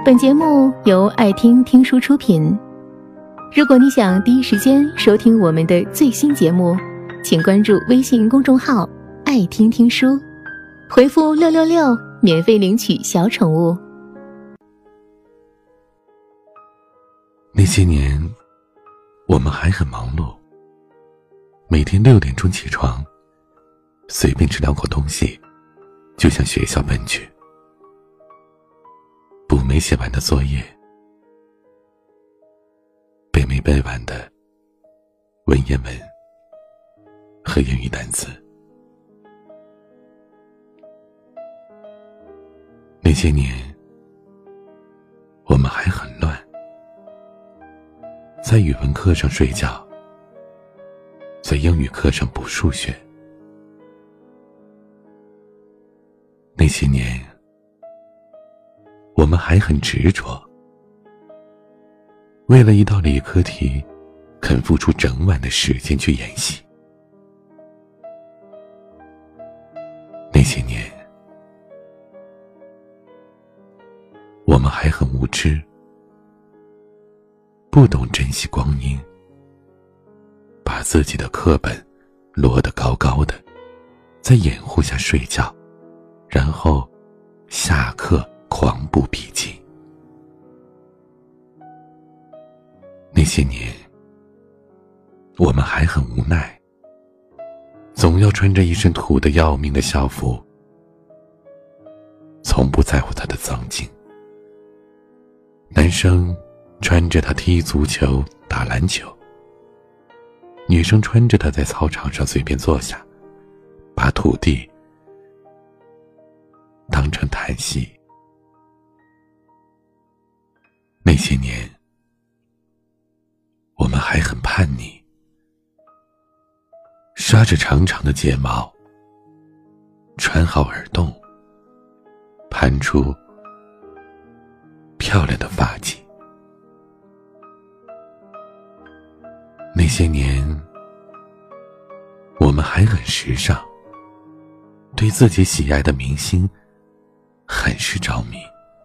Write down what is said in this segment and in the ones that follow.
本节目由爱听听书出品。如果你想第一时间收听我们的最新节目，请关注微信公众号爱听听书，回复666免费领取小宠物。 那些年我们还很忙碌，每天6点钟起床，随便吃2口东西就向学校奔去，补没写完的作业，背没背完的文言文和英语单词。那些年我们还很乱，在语文课上睡觉，在英语课上补数学。那些年我们还很执着，为了一道理科题肯付出整晚的时间去演习。那些年我们还很无知，不懂珍惜光阴，把自己的课本摞得高高的，在掩护下睡觉，然后下课狂补笔记。那些年我们还很无奈，总要穿着一身土得要命的校服，从不在乎它的脏净。男生穿着它踢足球打篮球，女生穿着它在操场上随便坐下，把土地当成叹息。那些年我们还很叛逆，刷着长长的睫毛，穿好耳洞，盘出漂亮的发髻。那些年我们还很时尚，对自己喜爱的明星很是着迷。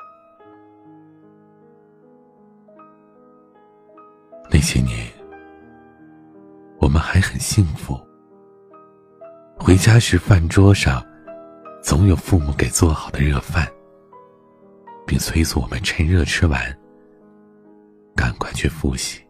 那些年我们还很幸福，回家时饭桌上总有父母给做好的热饭，并催促我们趁热吃完赶快去复习。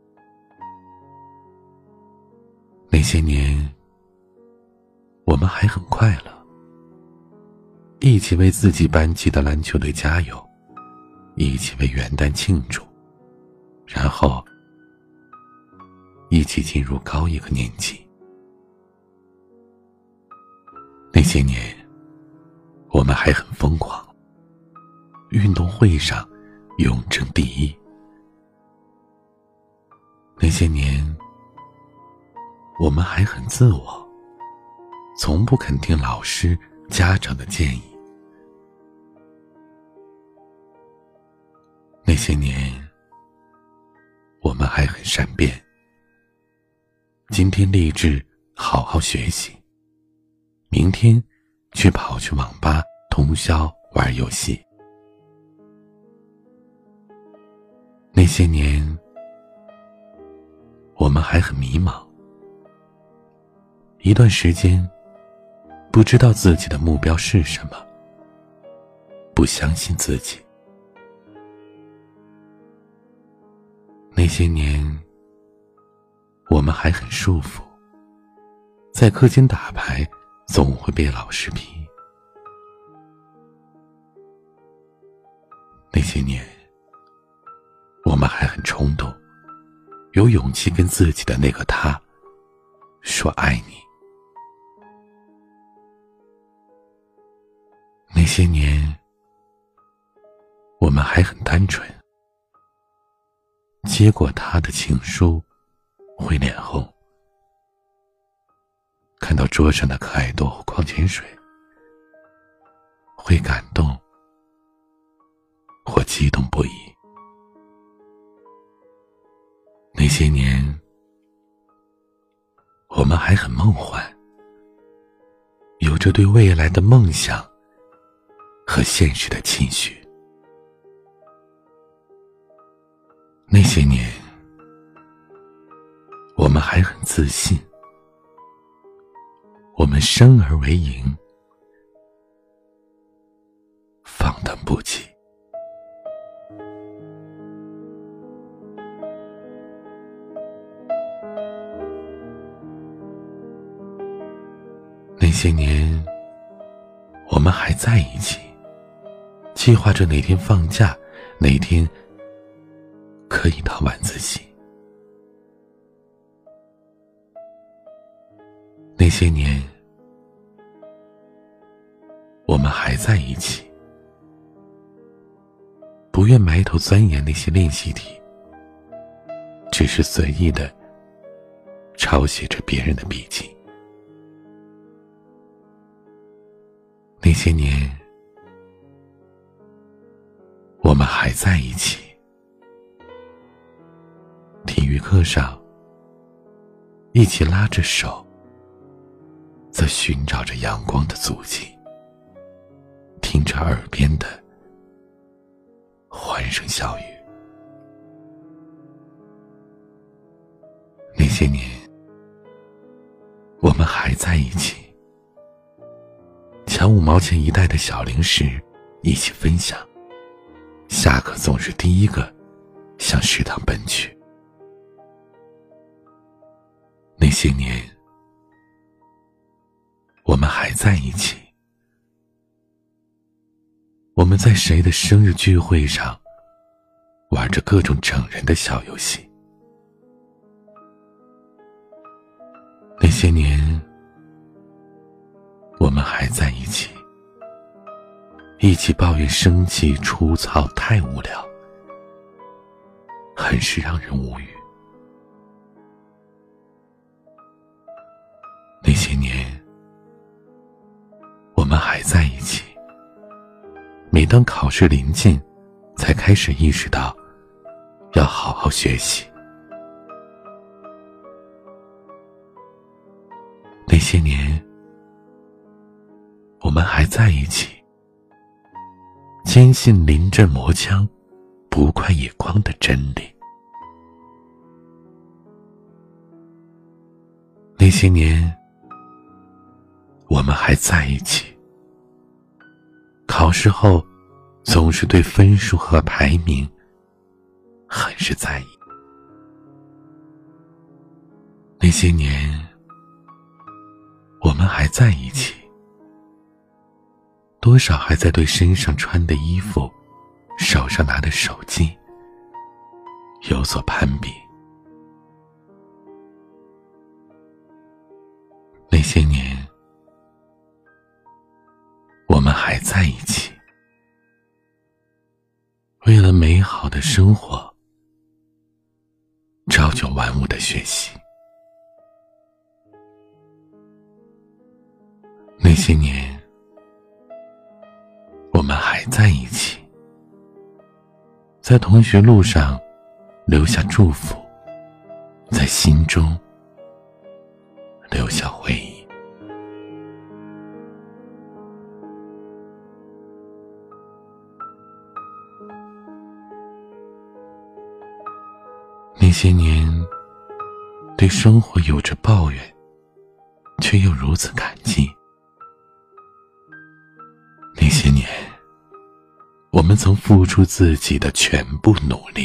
那些年我们还很快乐，一起为自己班级的篮球队加油，一起为元旦庆祝，然后一起进入高一个年级。那些年我们还很疯狂，运动会上永争第一。那些年我们还很自我，从不肯听老师家长的建议。那些年我们还很善变，今天立志好好学习，明天却跑去网吧通宵玩游戏。那些年我们还很迷茫，一段时间不知道自己的目标是什么，不相信自己。那些年我们还很束缚，在课间打牌总会被老师批。那些年我们还很冲动，有勇气跟自己的那个他说爱你。那些年我们还很单纯，接过他的情书会脸红，看到桌上的可爱多壶矿泉水会感动或激动不已。那些年我们还很梦幻，有着对未来的梦想和现实的期许。 那些年，我们还很自信，我们生而为赢，放荡不羁。那些年，我们还在一起，计划着哪天放假，哪天可以到晚自习。那些年，我们还在一起，不愿埋头钻研那些练习题，只是随意的抄写着别人的笔记。那些年，我们还在一起，体育课上一起拉着手，在寻找着阳光的足迹，听着耳边的欢声笑语。那些年，我们还在一起，抢5毛钱一袋的小零食一起分享，下课总是第一个向食堂奔去。那些年，我们还在一起，我们在谁的生日聚会上玩着各种整人的小游戏。那些年，我们还在一起，一起抱怨生气粗糙太无聊，很是让人无语。那些年，我们还在一起，每当考试临近，才开始意识到要好好学习。那些年，我们还在一起，坚信临阵磨枪，不快也光的真理。那些年，我们还在一起，考试后总是对分数和排名很是在意。那些年，我们还在一起，多少还在对身上穿的衣服，手上拿的手机有所攀比。那些年，我们还在一起，为了美好的生活，朝九晚五的学习。那些年，我们还在一起，在同学路上留下祝福，在心中留下回忆。那些年，对生活有着抱怨，却又如此感激。那些年，我们曾付出自己的全部努力。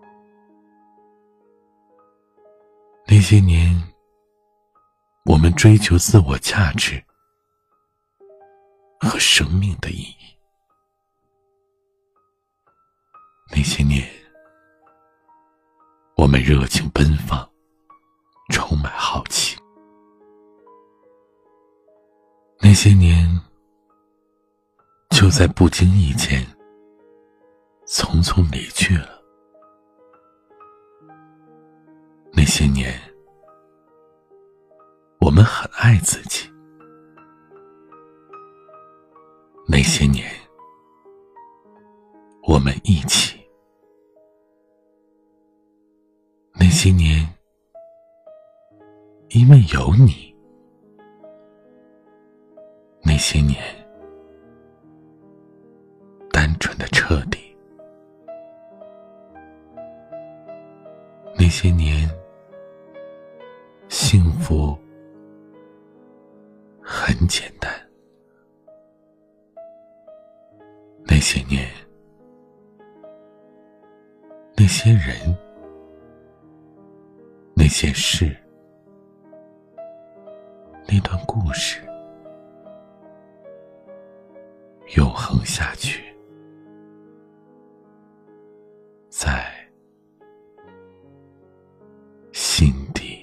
那些年，我们追求自我价值和生命的意义。那些年，我们热情奔放，充满好奇。那些年，就在不经意间匆匆离去了。那些年，我们很爱自己。那些年，我们一起。那些年，因为有你。那些年，单纯的彻底。 那些年，幸福很简单。那些年，那些人，那些事，那段故事，永恒下去，在心底。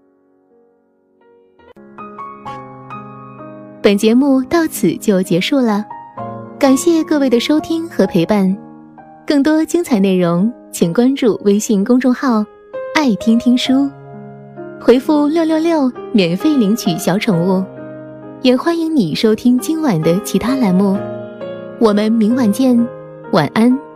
本节目到此就结束了，感谢各位的收听和陪伴。更多精彩内容，请关注微信公众号“爱听听书”，回复666免费领取小宠物。也欢迎你收听今晚的其他栏目。我们明晚见，晚安。